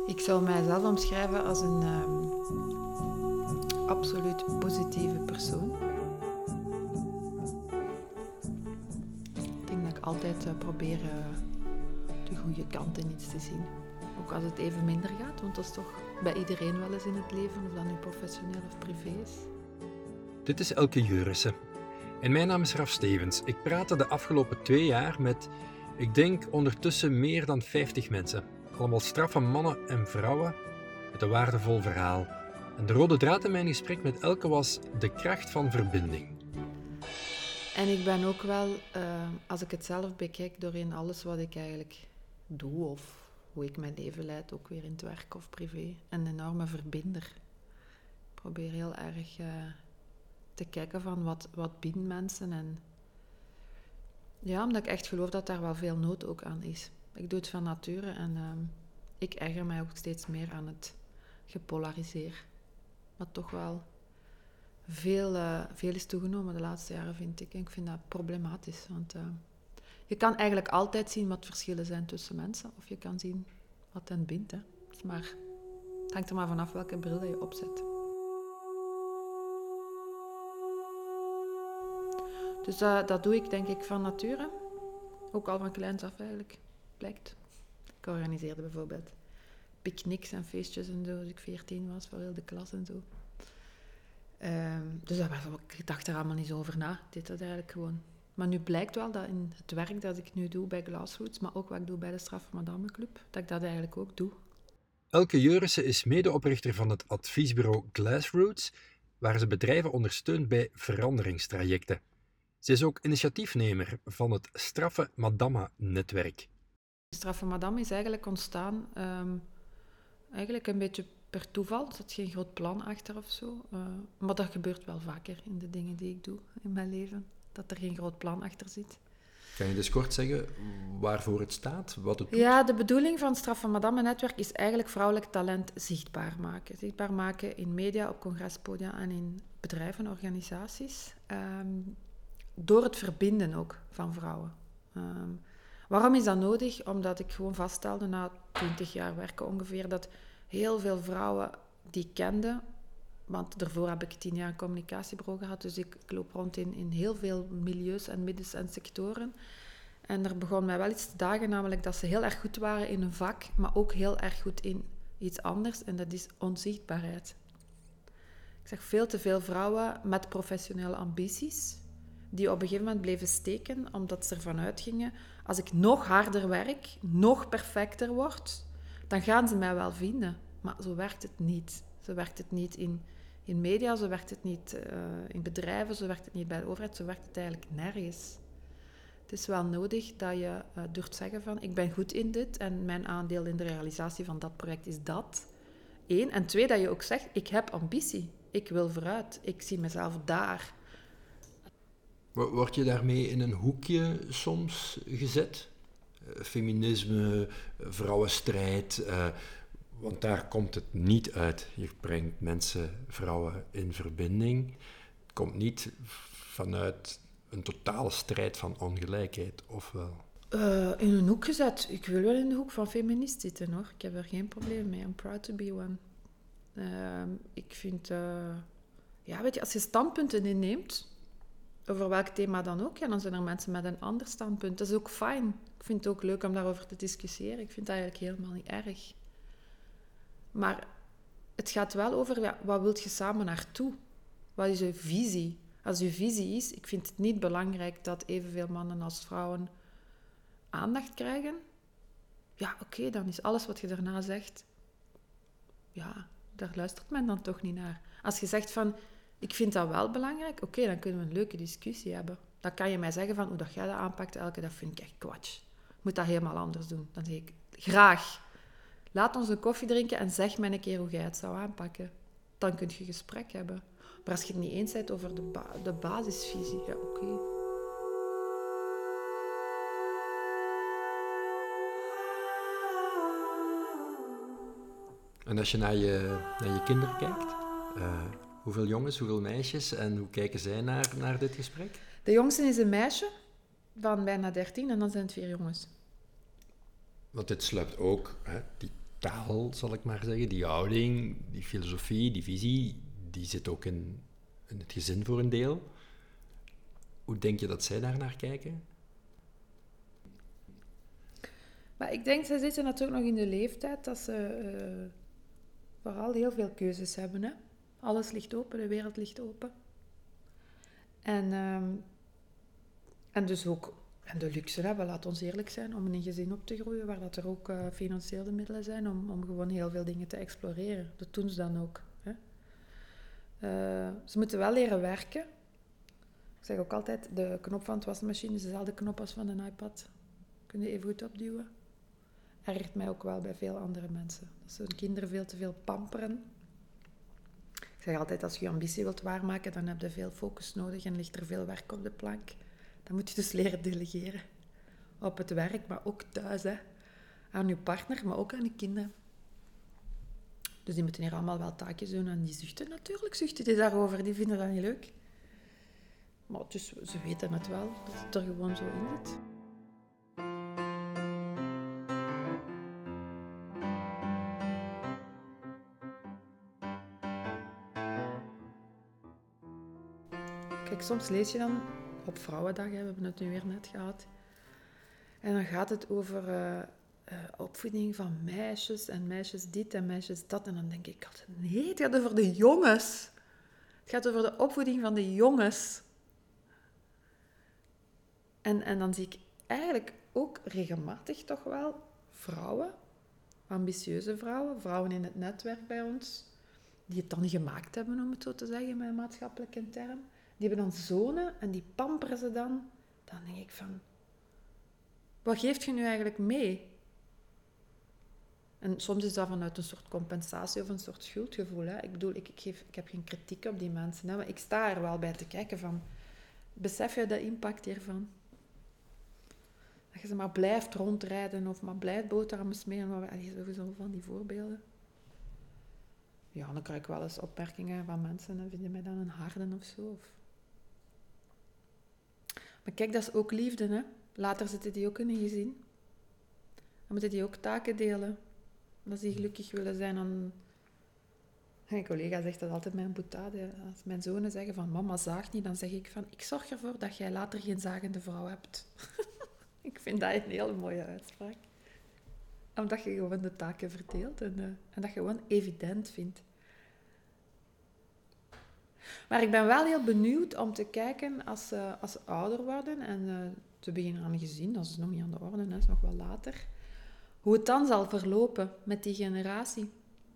Ik zou mijzelf omschrijven als een absoluut positieve persoon. Ik denk dat ik altijd probeer de goede kant in iets te zien. Ook als het even minder gaat, want dat is toch bij iedereen wel eens in het leven, of dat nu professioneel of privé is. Dit is Elke Jurissen. En mijn naam is Raf Stevens. Ik praatte de afgelopen 2 jaar met, ik denk ondertussen meer dan 50 mensen. Allemaal straffe mannen en vrouwen met een waardevol verhaal. En de rode draad in mijn gesprek met Elke was de kracht van verbinding. En ik ben ook wel, als ik het zelf bekijk, doorheen alles wat ik eigenlijk doe of hoe ik mijn leven leid, ook weer in het werk of privé, een enorme verbinder. Ik probeer heel erg te kijken van wat bindt mensen. En ja, omdat ik echt geloof dat daar wel veel nood ook aan is. Ik doe het van nature en ik erger mij ook steeds meer aan het gepolariseer. Wat toch wel veel is toegenomen de laatste jaren, vind ik. En ik vind dat problematisch, want je kan eigenlijk altijd zien wat verschillen zijn tussen mensen, of je kan zien wat hen bindt. Hè. Maar het hangt er maar vanaf welke bril dat je opzet. Dus dat doe ik denk ik van nature. Ook al van kleins af eigenlijk, blijkt. Ik organiseerde bijvoorbeeld picknicks en feestjes en zo, als ik 14 was, voor heel de klas en zo. Dus ik dacht er allemaal niet zo over na. Ik deed dat eigenlijk gewoon. Maar nu blijkt wel dat in het werk dat ik nu doe bij Glassroots, maar ook wat ik doe bij de Straffe Madame Club, dat ik dat eigenlijk ook doe. Elke Jurissen is medeoprichter van het adviesbureau Glassroots, waar ze bedrijven ondersteunt bij veranderingstrajecten. Ze is ook initiatiefnemer van het Straffe Madama-netwerk. Straffe Madame is eigenlijk ontstaan, eigenlijk een beetje per toeval. Er zat geen groot plan achter of zo. Maar dat gebeurt wel vaker in de dingen die ik doe in mijn leven. Dat er geen groot plan achter zit. Kan je dus kort zeggen waarvoor het staat, wat het doet? Ja, de bedoeling van het Straffe Madame-netwerk is eigenlijk vrouwelijk talent zichtbaar maken. Zichtbaar maken in media, op congrespodia en in bedrijven, organisaties. Door het verbinden ook van vrouwen. Waarom is dat nodig? Omdat ik gewoon vaststelde na 20 jaar werken ongeveer dat heel veel vrouwen die ik kende, want daarvoor heb ik 10 jaar een communicatiebureau gehad, dus ik loop rond in heel veel milieus en middens en sectoren. En er begon mij wel iets te dagen, namelijk dat ze heel erg goed waren in hun vak, maar ook heel erg goed in iets anders, en dat is onzichtbaarheid. Ik zag veel te veel vrouwen met professionele ambities, die op een gegeven moment bleven steken, omdat ze ervan uitgingen, als ik nog harder werk, nog perfecter word, dan gaan ze mij wel vinden. Maar zo werkt het niet. Zo werkt het niet in media, zo werkt het niet in bedrijven, zo werkt het niet bij de overheid, zo werkt het eigenlijk nergens. Het is wel nodig dat je durft zeggen van, ik ben goed in dit en mijn aandeel in de realisatie van dat project is dat. 1. En 2, dat je ook zegt, ik heb ambitie. Ik wil vooruit. Ik zie mezelf daar. Word je daarmee in een hoekje soms gezet? Feminisme, vrouwenstrijd, want daar komt het niet uit. Je brengt mensen, vrouwen in verbinding. Het komt niet vanuit een totale strijd van ongelijkheid, ofwel? In een hoek gezet. Ik wil wel in de hoek van feminist zitten, hoor. Ik heb er geen probleem mee. I'm proud to be one. Ik vind... ja, weet je, als je standpunten inneemt, over welk thema dan ook, ja, dan zijn er mensen met een ander standpunt. Dat is ook fijn. Ik vind het ook leuk om daarover te discussiëren. Ik vind dat eigenlijk helemaal niet erg. Maar het gaat wel over, ja, wat wil je samen naartoe? Wat is je visie? Als je visie is, ik vind het niet belangrijk dat evenveel mannen als vrouwen aandacht krijgen. Ja, oké, dan is alles wat je daarna zegt, ja, daar luistert men dan toch niet naar. Als je zegt van, ik vind dat wel belangrijk, oké, dan kunnen we een leuke discussie hebben. Dan kan je mij zeggen van, hoe dat jij dat aanpakt, Elke, dat vind ik echt kwatsch. Je moet dat helemaal anders doen. Dan zeg ik, graag. Laat ons een koffie drinken en zeg mij een keer hoe jij het zou aanpakken. Dan kun je gesprek hebben. Maar als je het niet eens bent over de basisvisie, ja, oké. En als je naar je kinderen kijkt, hoeveel jongens, hoeveel meisjes en hoe kijken zij naar dit gesprek? De jongste is een meisje van bijna 13 en dan zijn het 4 jongens. Want dit sluipt ook, hè, die taal, zal ik maar zeggen, die houding, die filosofie, die visie, die zit ook in het gezin voor een deel. Hoe denk je dat zij daar naar kijken? Maar ik denk, ze zitten natuurlijk nog in de leeftijd dat ze vooral heel veel keuzes hebben. Hè? Alles ligt open, de wereld ligt open. En dus ook en de luxe hebben, laat ons eerlijk zijn, om in een gezin op te groeien, waar dat er ook financiële middelen zijn om gewoon heel veel dingen te exploreren. Dat doen ze dan ook. Hè? Ze moeten wel leren werken. Ik zeg ook altijd, de knop van het wasmachine is dezelfde knop als van een iPad. Kun je even goed opduwen. Ergert mij ook wel bij veel andere mensen. Dat ze hun kinderen veel te veel pamperen. Ik zeg altijd, als je je ambitie wilt waarmaken, dan heb je veel focus nodig en ligt er veel werk op de plank. Dan moet je dus leren delegeren. Op het werk, maar ook thuis. Hè. Aan je partner, maar ook aan je kinderen. Dus die moeten hier allemaal wel taakjes doen. En die zuchten natuurlijk, zuchten die daarover. Die vinden dat niet leuk. Maar dus, ze weten het wel, dat het er gewoon zo in zit. Kijk, soms lees je dan op Vrouwendag, hè, we hebben het nu weer net gehad. En dan gaat het over opvoeding van meisjes en meisjes dit en meisjes dat. En dan denk ik altijd, nee, het gaat over de jongens. Het gaat over de opvoeding van de jongens. En dan zie ik eigenlijk ook regelmatig toch wel vrouwen, ambitieuze vrouwen, vrouwen in het netwerk bij ons, die het dan gemaakt hebben, om het zo te zeggen, met een maatschappelijke term. Die hebben dan zonen en die pamperen ze dan. Dan denk ik van, wat geeft je nu eigenlijk mee? En soms is dat vanuit een soort compensatie of een soort schuldgevoel. Hè. Ik bedoel, ik heb geen kritiek op die mensen, hè, maar ik sta er wel bij te kijken van, besef je de impact hiervan? Dat je ze maar blijft rondrijden of maar blijft boterhammen smeren. Maar sowieso van die voorbeelden. Ja, dan krijg ik wel eens opmerkingen van mensen en vinden mij dan een harde of zo. Maar kijk, dat is ook liefde, hè. Later zitten die ook in een gezin. Dan moeten die ook taken delen. Als die gelukkig willen zijn, dan... Mijn collega zegt dat altijd met een boutade. Als mijn zonen zeggen van, mama zaagt niet, dan zeg ik van, ik zorg ervoor dat jij later geen zagende vrouw hebt. Ik vind dat een hele mooie uitspraak. Omdat je gewoon de taken verdeelt en dat je gewoon evident vindt. Maar ik ben wel heel benieuwd om te kijken als ze ouder worden en te beginnen aan een gezin, dat is nog niet aan de orde, dat is nog wel later, hoe het dan zal verlopen met die generatie.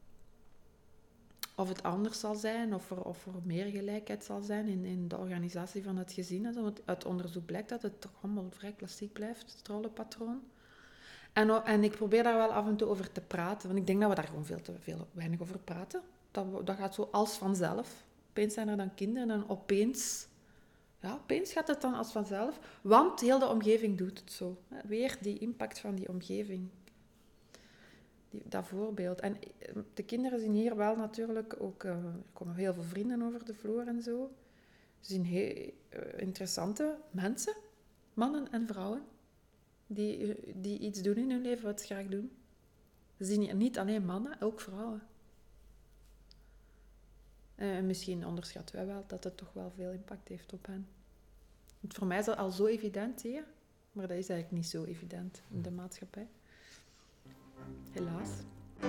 Of het anders zal zijn, of er meer gelijkheid zal zijn in de organisatie van het gezin. Want uit onderzoek blijkt dat het toch allemaal vrij klassiek blijft, het rollenpatroon. En ik probeer daar wel af en toe over te praten, want ik denk dat we daar gewoon veel weinig over praten. Dat gaat zo als vanzelf. Opeens zijn er dan kinderen en opeens gaat het dan als vanzelf. Want heel de omgeving doet het zo. Weer die impact van die omgeving. Dat voorbeeld. En de kinderen zien hier wel natuurlijk ook... er komen heel veel vrienden over de vloer en zo. Ze zien heel interessante mensen. Mannen en vrouwen. Die iets doen in hun leven wat ze graag doen. Ze zien hier niet alleen mannen, ook vrouwen. En misschien onderschatten wij wel dat het toch wel veel impact heeft op hen. Want voor mij is dat al zo evident hier, maar dat is eigenlijk niet zo evident in de maatschappij. Helaas.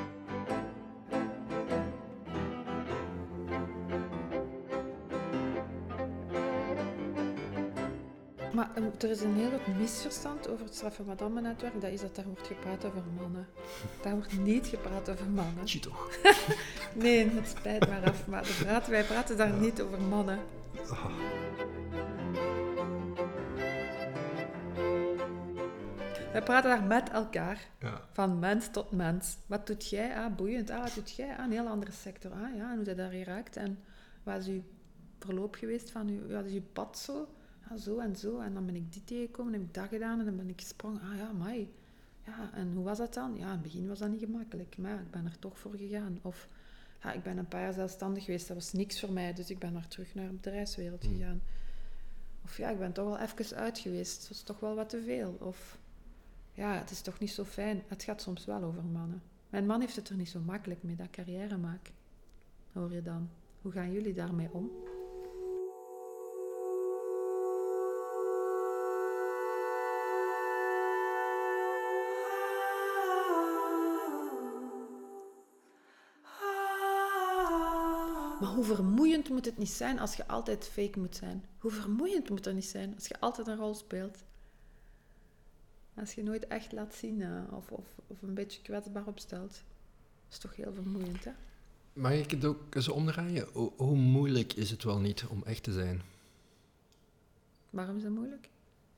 Maar er is een heel groot misverstand over het Straffe Madame-netwerk. Dat is dat daar wordt gepraat over mannen. Daar wordt niet gepraat over mannen. Zie toch? Nee, het spijt maar af. Maar wij praten daar niet over mannen. Wij praten daar met elkaar. Ja. Van mens tot mens. Wat doet jij? Ah, boeiend. Ah, wat doet jij? Ah, een heel andere sector. Ah ja, en hoe dat daar geraakt. En wat is uw verloop geweest van uw... Wat is uw pad zo? Ah, zo en zo. En dan ben ik dit tegengekomen, heb ik dat gedaan en dan ben ik gesprongen. Ah ja, amai. Ja, en hoe was dat dan? Ja, in het begin was dat niet gemakkelijk. Maar ja, ik ben er toch voor gegaan. Of ja, ik ben een paar jaar zelfstandig geweest. Dat was niks voor mij. Dus ik ben er terug naar de bedrijfswereld gegaan. Of ja, ik ben toch wel even uit geweest. Dat was toch wel wat te veel. Of ja, het is toch niet zo fijn. Het gaat soms wel over mannen. Mijn man heeft het er niet zo makkelijk mee, dat carrière maken. Hoor je dan? Hoe gaan jullie daarmee om? Maar hoe vermoeiend moet het niet zijn als je altijd fake moet zijn? Hoe vermoeiend moet het niet zijn als je altijd een rol speelt? Als je nooit echt laat zien of een beetje kwetsbaar opstelt. Dat is toch heel vermoeiend, hè? Mag ik het ook eens omdraaien? Hoe moeilijk is het wel niet om echt te zijn? Waarom is dat moeilijk?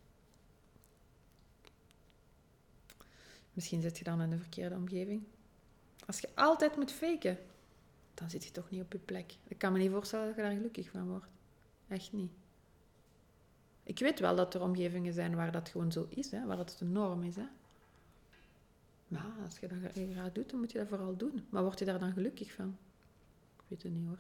Misschien zit je dan in de verkeerde omgeving. Als je altijd moet faken, dan zit je toch niet op je plek. Ik kan me niet voorstellen dat je daar gelukkig van wordt. Echt niet. Ik weet wel dat er omgevingen zijn waar dat gewoon zo is, hè, waar dat de norm is. Hè. Maar als je dat graag doet, dan moet je dat vooral doen. Maar word je daar dan gelukkig van? Ik weet het niet hoor.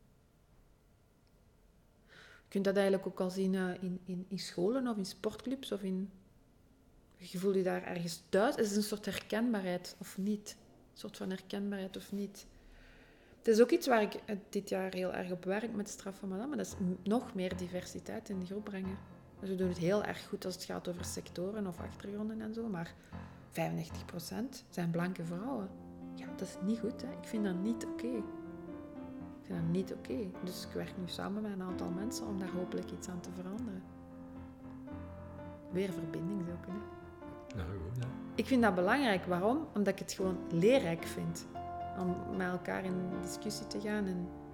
Je kunt dat eigenlijk ook al zien in scholen of in sportclubs of in... Je voelt je daar ergens thuis. Het is een soort herkenbaarheid of niet. Een soort van herkenbaarheid of niet. Het is ook iets waar ik dit jaar heel erg op werk met Straf van Madame. Dat is nog meer diversiteit in de groep brengen. Dus we doen het heel erg goed als het gaat over sectoren of achtergronden en zo. Maar 95% zijn blanke vrouwen. Ja, dat is niet goed. Hè? Ik vind dat niet oké. Ik vind dat niet oké. Dus ik werk nu samen met een aantal mensen om daar hopelijk iets aan te veranderen. Weer verbinding zo kunnen. Nou, goed, ja. Ik vind dat belangrijk. Waarom? Omdat ik het gewoon leerrijk vind. Om met elkaar in discussie te gaan.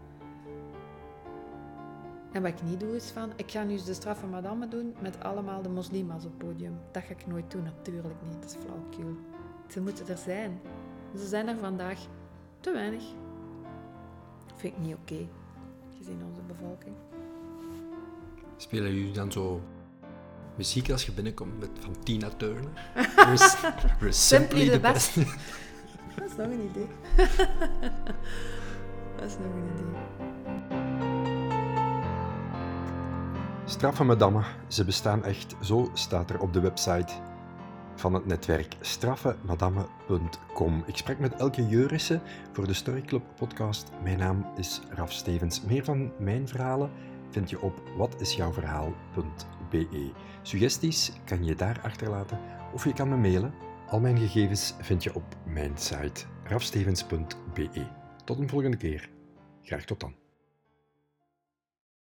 En wat ik niet doe is van... Ik ga nu de Straf van Madame doen met allemaal de moslima's op het podium. Dat ga ik nooit doen, natuurlijk niet. Dat is flauwekul. Ze moeten er zijn. Ze zijn er vandaag te weinig. Vind ik niet oké. Gezien onze bevolking. Spelen jullie dan zo muziek als je binnenkomt met van Tina Turner? We're simply the best. Dat is nog een idee. Dat is nog een idee. Straffe Madame, ze bestaan echt. Zo staat er op de website van het netwerk straffemadame.com. Ik sprak met Elke Jeurissen voor de Story Club podcast. Mijn naam is Raf Stevens. Meer van mijn verhalen vind je op watisjouwverhaal.be. Suggesties kan je daar achterlaten of je kan me mailen. Al mijn gegevens vind je op mijn site rafstevens.be. Tot een volgende keer. Graag tot dan.